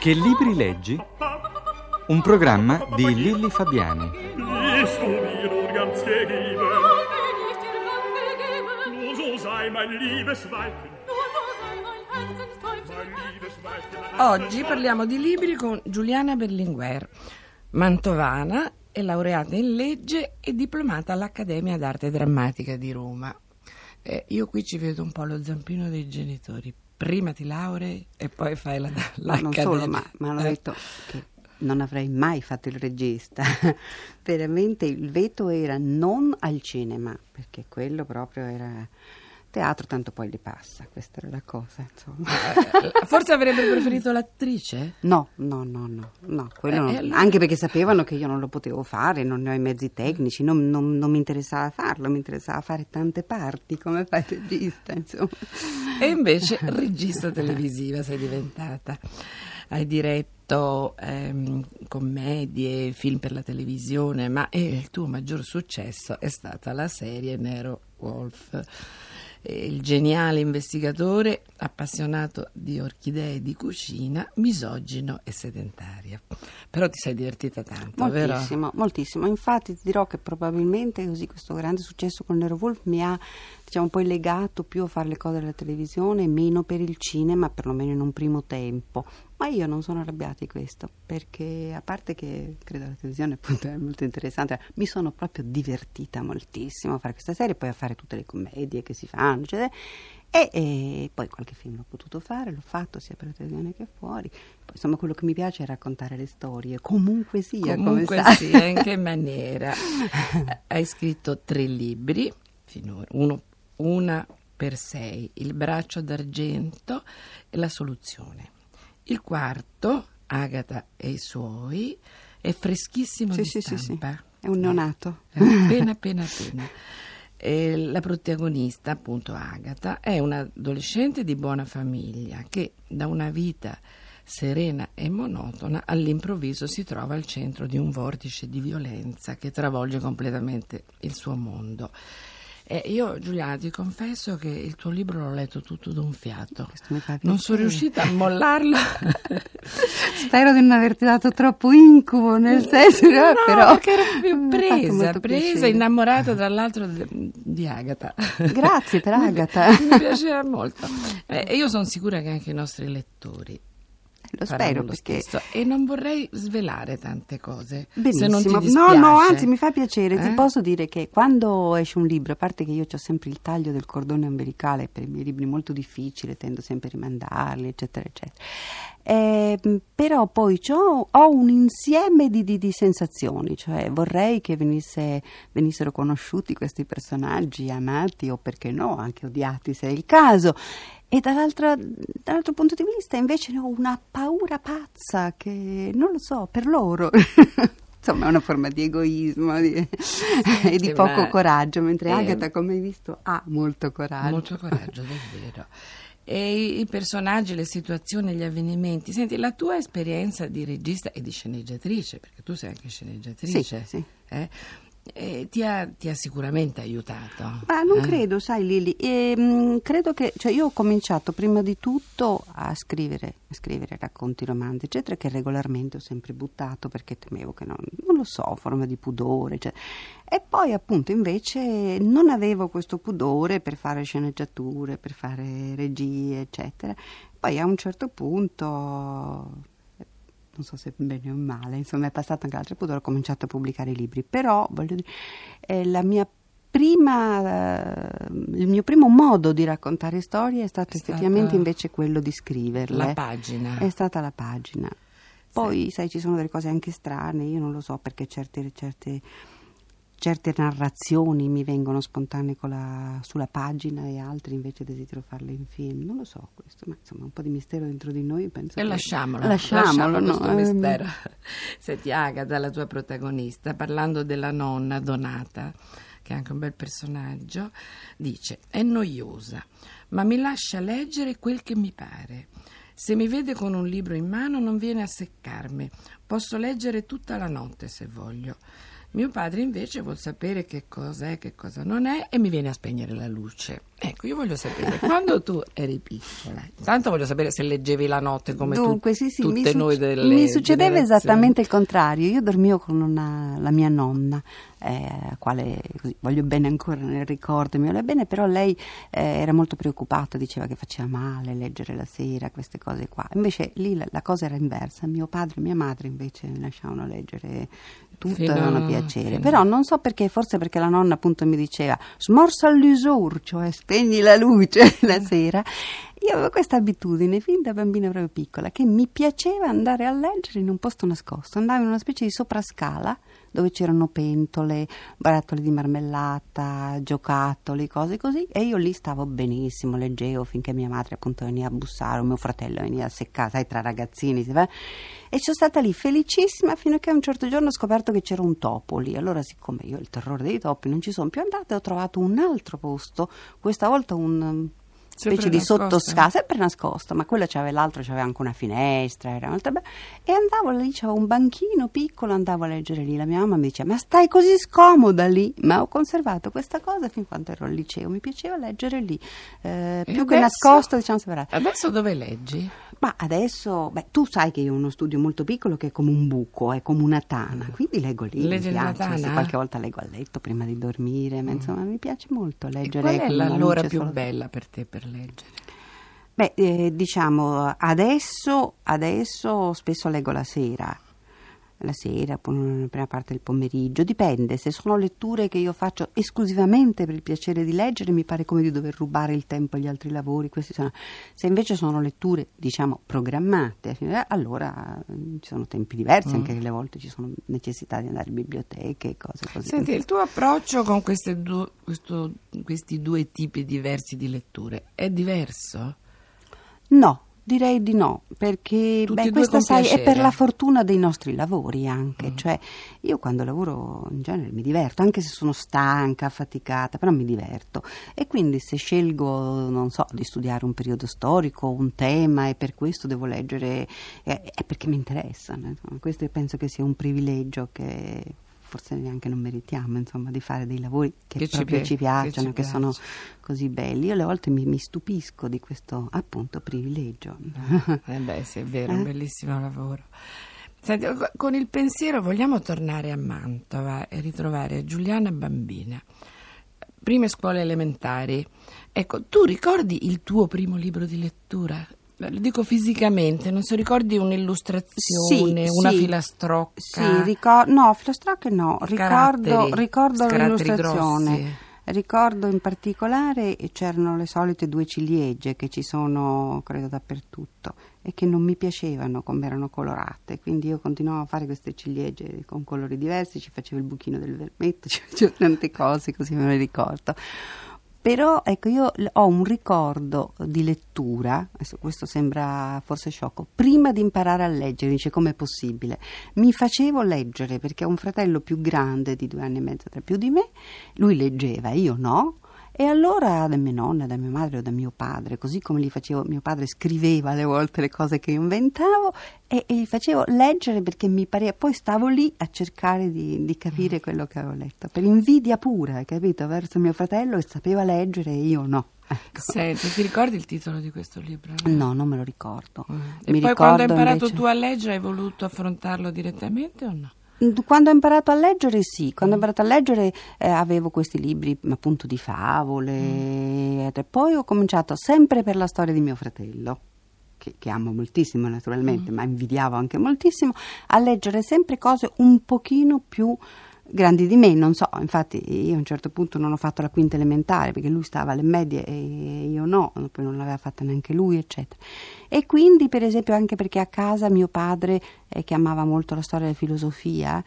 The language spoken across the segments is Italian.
Che libri leggi? Un programma di Lilli Fabiani. Liest du mir nur ganz gegeben? Nur so sei mein liebes Weibchen. Oggi parliamo di libri con Giuliana Berlinguer, mantovana, è laureata in legge e diplomata all'Accademia d'Arte Drammatica di Roma. Io qui ci vedo un po' lo zampino dei genitori. Prima ti laurei e poi fai l'Accademia. Non solo, ma hanno detto che non avrei mai fatto il regista. Veramente il veto era non al cinema, perché quello proprio era teatro, tanto poi li passa, questa era la cosa, insomma. Forse avrebbe preferito l'attrice? No, quello allora... anche perché sapevano che io non lo potevo fare, non ne ho i mezzi tecnici, non mi interessava farlo, mi interessava fare tante parti, come fa il regista, insomma. E invece regista televisiva sei diventata. Hai diretto commedie, film per la televisione, ma il tuo maggior successo è stata la serie Nero Wolf. Il geniale investigatore appassionato di orchidee e di cucina, misogino e sedentario. Però ti sei divertita tanto, moltissimo, vero? Moltissimo. Infatti ti dirò che probabilmente così questo grande successo con Nero Wolf mi ha, diciamo, poi legato più a fare le cose della televisione, meno per il cinema, perlomeno in un primo tempo. Ma io non sono arrabbiata di questo, perché a parte che credo la televisione appunto è molto interessante, mi sono proprio divertita moltissimo a fare questa serie, poi a fare tutte le commedie che si fanno, eccetera. E poi qualche film l'ho potuto fare, l'ho fatto sia per la televisione che fuori. Poi, insomma, quello che mi piace è raccontare le storie, comunque sia. Comunque come sia, in che maniera. Hai scritto 3 libri, finora, una per 6, Il braccio d'argento e La soluzione. Il quarto, Agata e i suoi, è freschissimo di stampa. Sì. È un neonato. Appena. E la protagonista, appunto Agata, è un'adolescente di buona famiglia che da una vita serena e monotona all'improvviso si trova al centro di un vortice di violenza che travolge completamente il suo mondo. Io, Giuliana, ti confesso che il tuo libro l'ho letto tutto d'un fiato. Non sono riuscita a mollarlo. Spero di non averti dato troppo incubo, nel senso che però che ero più presa, innamorata tra l'altro di Agata. Grazie per Agata. Mi piaceva molto. Io sono sicura che anche i nostri lettori lo spero, perché e non vorrei svelare tante cose. Benissimo. Se non ti dispiace. No, anzi mi fa piacere. Ti posso dire che quando esce un libro, a parte che io ho sempre il taglio del cordone ombelicale per i miei libri molto difficile, tendo sempre a rimandarli, eccetera eccetera, però poi ho un insieme di sensazioni, cioè vorrei che venissero conosciuti questi personaggi, amati o perché no anche odiati se è il caso. E dall'altro punto di vista invece ne ho una paura pazza che non lo so, per loro. Insomma è una forma di egoismo e di poco coraggio, mentre Agata, come hai visto, ha molto coraggio. Molto coraggio, davvero. E i personaggi, le situazioni, gli avvenimenti. Senti, la tua esperienza di regista e di sceneggiatrice, perché tu sei anche sceneggiatrice, sì. Ti ha sicuramente aiutato. Ma non credo, sai Lili, credo che, cioè io ho cominciato prima di tutto a scrivere racconti, romanzi, eccetera, che regolarmente ho sempre buttato perché temevo che non lo so, forma di pudore, cioè. E poi appunto invece non avevo questo pudore per fare sceneggiature, per fare regie, eccetera. Poi a un certo punto, non so se bene o male, insomma è passato anche l'altro pudore, ho cominciato a pubblicare i libri, però voglio dire, il mio primo modo di raccontare storie è stato effettivamente invece quello di scriverle. La pagina. È stata la pagina. Poi sai, ci sono delle cose anche strane, io non lo so perché certe narrazioni mi vengono spontanee sulla pagina e altre invece desidero farle in film, non lo so questo, ma insomma un po' di mistero dentro di noi, penso. E lasciamolo questo mistero. Senti, Agata, la tua protagonista, parlando della nonna Donata, che è anche un bel personaggio, dice: è noiosa, ma mi lascia leggere quel che mi pare. Se mi vede con un libro in mano non viene a seccarmi, posso leggere tutta la notte se voglio. Mio padre invece vuol sapere che cosa è, che cosa non è e mi viene a spegnere la luce. Ecco, io voglio sapere, quando tu eri piccola, intanto voglio sapere se leggevi la notte come Dunque, sì, tutte noi delle mi succedeva generazioni. esattamente il contrario. Io dormivo con la mia nonna, quale così, voglio bene ancora nel ricordo, mi vuole bene, però lei era molto preoccupata, diceva che faceva male leggere la sera, queste cose qua. Invece lì la cosa era inversa, mio padre e mia madre invece mi lasciavano leggere tutto, avevano piacere. Però non so perché, forse perché la nonna appunto mi diceva smorza l'usur, cioè spegni la luce la sera. Io avevo questa abitudine fin da bambina proprio piccola, che mi piaceva andare a leggere in un posto nascosto. Andavo in una specie di soprascala dove c'erano pentole, barattoli di marmellata, giocattoli, cose così, e io lì stavo benissimo, leggevo finché mia madre appunto veniva a bussare o mio fratello veniva a seccare, sai, tra ragazzini, e sono stata lì felicissima fino a che un certo giorno ho scoperto che c'era un topo lì. Allora, siccome io ho il terrore dei topi, non ci sono più andata, ho trovato un altro posto, questa volta un specie di sottoscala, sempre nascosta, ma quella c'aveva, l'altro c'aveva anche una finestra, era molto bella, e andavo lì, c'era un banchino piccolo, andavo a leggere lì. La mia mamma mi diceva: ma stai così scomoda lì? Ma ho conservato questa cosa fin quando ero al liceo, mi piaceva leggere lì, più che nascosta, diciamo, separata. Adesso dove leggi? Ma adesso, tu sai che io ho uno studio molto piccolo che è come un buco, è come una tana, quindi leggo lì. Leggi nella tana? Sì, qualche volta leggo a letto prima di dormire, ma insomma mi piace molto leggere. E qual è l'ora più bella per te per leggere? Diciamo, adesso spesso leggo la sera, poi nella prima parte del pomeriggio, dipende. Se sono letture che io faccio esclusivamente per il piacere di leggere, mi pare come di dover rubare il tempo agli altri lavori. Se invece sono letture, diciamo, programmate, allora ci sono tempi diversi, anche che alle volte ci sono necessità di andare in biblioteche e cose così. Senti, il tuo approccio con questi due tipi diversi di letture è diverso? No. Direi di no, perché questo sai, è per la fortuna dei nostri lavori anche, cioè io quando lavoro in genere mi diverto, anche se sono stanca, affaticata, però mi diverto, e quindi se scelgo, non so, di studiare un periodo storico, un tema, e per questo devo leggere, è perché mi interessa, no? Questo io penso che sia un privilegio che forse neanche non meritiamo, insomma, di fare dei lavori che proprio ci piacciono, che sono così belli. Io alle volte mi stupisco di questo appunto privilegio. Sì, è vero, è un bellissimo lavoro. Senti, con il pensiero vogliamo tornare a Mantova e ritrovare Giuliana bambina, prime scuole elementari. Ecco, tu ricordi il tuo primo libro di lettura? Lo dico fisicamente, non so, ricordi un'illustrazione, una filastrocca? Sì, no, filastrocche no, ricordo l'illustrazione. Ricordo in particolare c'erano le solite 2 ciliegie che ci sono, credo, dappertutto, e che non mi piacevano come erano colorate, quindi io continuavo a fare queste ciliegie con colori diversi, ci facevo il buchino del vermetto, ci facevo tante cose, così me le ricordo. Però ecco, io ho un ricordo di lettura, adesso questo sembra forse sciocco, prima di imparare a leggere, dice com'è possibile, mi facevo leggere perché ho un fratello più grande di 2 anni e mezzo più di me, lui leggeva, io no, e allora da mia nonna, da mia madre o da mio padre, così come li facevo, mio padre scriveva alle volte le cose che io inventavo e gli facevo leggere perché mi pareva, poi stavo lì a cercare di capire quello che avevo letto, per invidia pura, capito, verso mio fratello che sapeva leggere e io no. Ecco. Senti, ti ricordi il titolo di questo libro? No, non me lo ricordo. E poi quando hai imparato invece tu a leggere hai voluto affrontarlo direttamente o no? Quando ho imparato a leggere sì, quando ho imparato a leggere avevo questi libri appunto di favole e poi ho cominciato sempre per la storia di mio fratello, che amo moltissimo naturalmente, ma invidiavo anche moltissimo, a leggere sempre cose un pochino più grandi di me, non so, infatti io a un certo punto non ho fatto la quinta elementare perché lui stava alle medie e io no, poi non l'aveva fatta neanche lui, eccetera. E quindi, per esempio, anche perché a casa mio padre, che amava molto la storia della filosofia,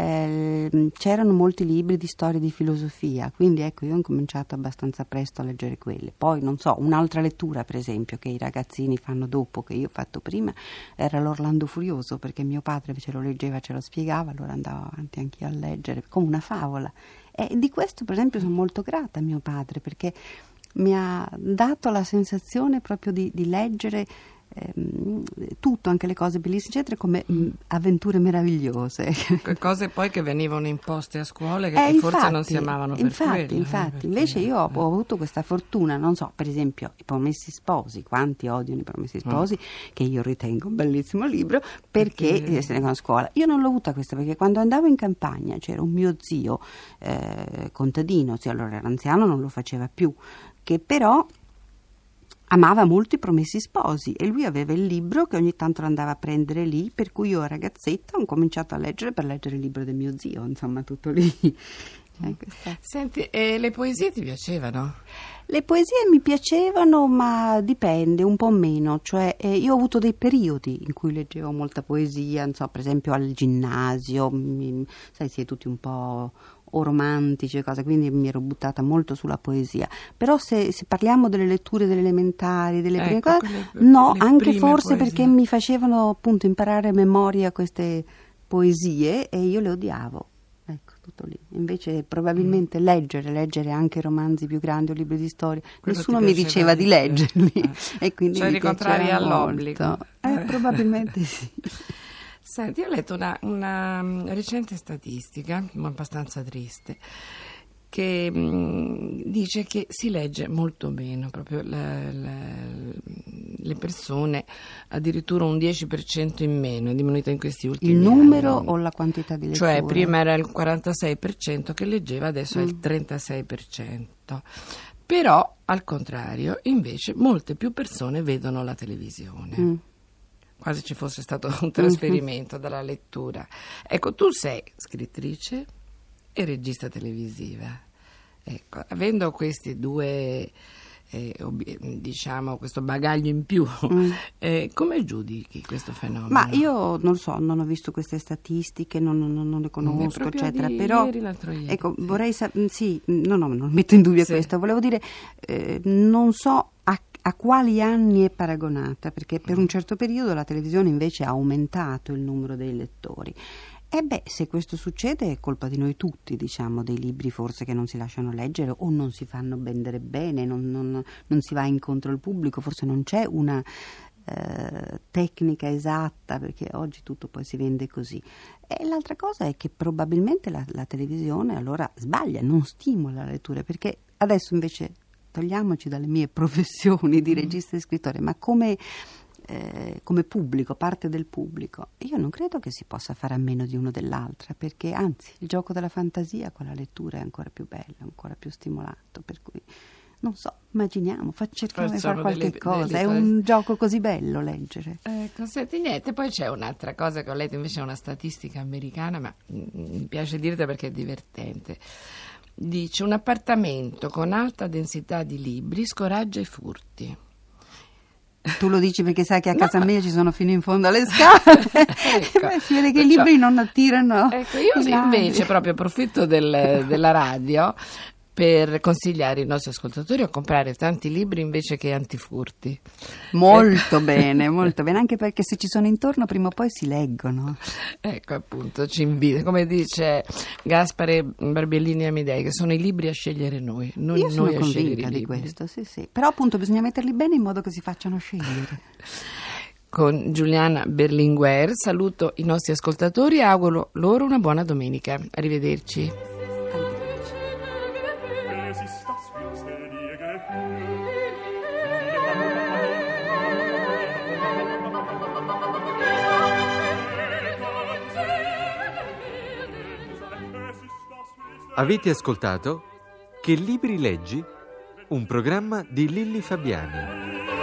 c'erano molti libri di storia di filosofia, quindi ecco, io ho cominciato abbastanza presto a leggere quelle. Poi, non so, un'altra lettura, per esempio, che i ragazzini fanno dopo, che io ho fatto prima, era l'Orlando Furioso, perché mio padre invece lo leggeva, ce lo spiegava, allora andavo avanti anch'io a leggere, come una favola. E di questo, per esempio, sono molto grata a mio padre, perché mi ha dato la sensazione proprio di leggere tutto, anche le cose bellissime, eccetera, come avventure meravigliose. Cose poi che venivano imposte a scuola che forse non si amavano per quello. Infatti, invece io ho avuto questa fortuna, non so, per esempio, I Promessi Sposi, quanti odiano I Promessi Sposi, che io ritengo un bellissimo libro, perché se ne a scuola. Io non l'ho avuta questa, perché quando andavo in campagna c'era un mio zio contadino, allora era anziano, non lo faceva più, che però amava molto I Promessi Sposi, e lui aveva il libro che ogni tanto lo andava a prendere lì, per cui io ragazzetta ho cominciato a leggere per leggere il libro del mio zio, insomma tutto lì. Senti, e le poesie ti piacevano? Le poesie mi piacevano, ma dipende, un po' meno, cioè io ho avuto dei periodi in cui leggevo molta poesia, non so, per esempio al ginnasio, sai, si è tutti un po' o romantici e cose, quindi mi ero buttata molto sulla poesia. Però se parliamo delle letture delle elementari, delle prime cose, no, anche forse poesie, perché mi facevano appunto imparare a memoria queste poesie e io le odiavo. Ecco, tutto lì. Invece probabilmente leggere anche romanzi più grandi o libri di storia, nessuno mi diceva di leggerli e quindi cioè mi contrari all'obbligo. molto. Probabilmente sì. Senti, ho letto una recente statistica, abbastanza triste, che dice che si legge molto meno, proprio le persone, addirittura un 10% in meno, è diminuita in questi ultimi anni. Il numero o la quantità di letture? Cioè prima era il 46% che leggeva, adesso è il 36%. Però, al contrario, invece, molte più persone vedono la televisione. Quasi ci fosse stato un trasferimento dalla lettura. Ecco, tu sei scrittrice e regista televisiva. Ecco, avendo questi due, diciamo, questo bagaglio in più, come giudichi questo fenomeno? Ma io non so, non ho visto queste statistiche, non le conosco, eccetera. Però, ieri, l'altro ieri. Ecco, vorrei sapere, non metto in dubbio questo, volevo dire, non so a quali anni è paragonata, perché per un certo periodo la televisione invece ha aumentato il numero dei lettori. Se questo succede è colpa di noi tutti, diciamo, dei libri forse che non si lasciano leggere o non si fanno vendere bene, non si va incontro al pubblico, forse non c'è una tecnica esatta, perché oggi tutto poi si vende così. E l'altra cosa è che probabilmente la televisione allora sbaglia, non stimola la lettura, perché adesso invece togliamoci dalle mie professioni di regista e scrittore, ma come pubblico, parte del pubblico, io non credo che si possa fare a meno di uno dell'altra, perché anzi il gioco della fantasia con la lettura è ancora più bello, ancora più stimolato, per cui non so, immaginiamo, cerchiamo di fare qualche cosa, è un gioco così bello leggere. Senti, niente, poi c'è un'altra cosa che ho letto, invece è una statistica americana, ma mi piace dirtela perché è divertente. Dice: un appartamento con alta densità di libri scoraggia i furti. Tu lo dici perché sai che a casa mia ci sono fino in fondo alle scale. Ecco, si vede che i libri non attirano. Ecco, io invece proprio approfitto della radio per consigliare i nostri ascoltatori a comprare tanti libri invece che antifurti. Molto bene, anche perché se ci sono intorno prima o poi si leggono. Ecco, appunto, ci invita, come dice Gaspare Barbiellini Amidei, che sono i libri a scegliere noi, non io sono noi a scegliere i libri. Di questo, sì. Però appunto bisogna metterli bene in modo che si facciano scegliere. Con Giuliana Berlinguer saluto i nostri ascoltatori e auguro loro una buona domenica. Arrivederci. Avete ascoltato Che libri leggi? Un programma di Lilli Fabiani.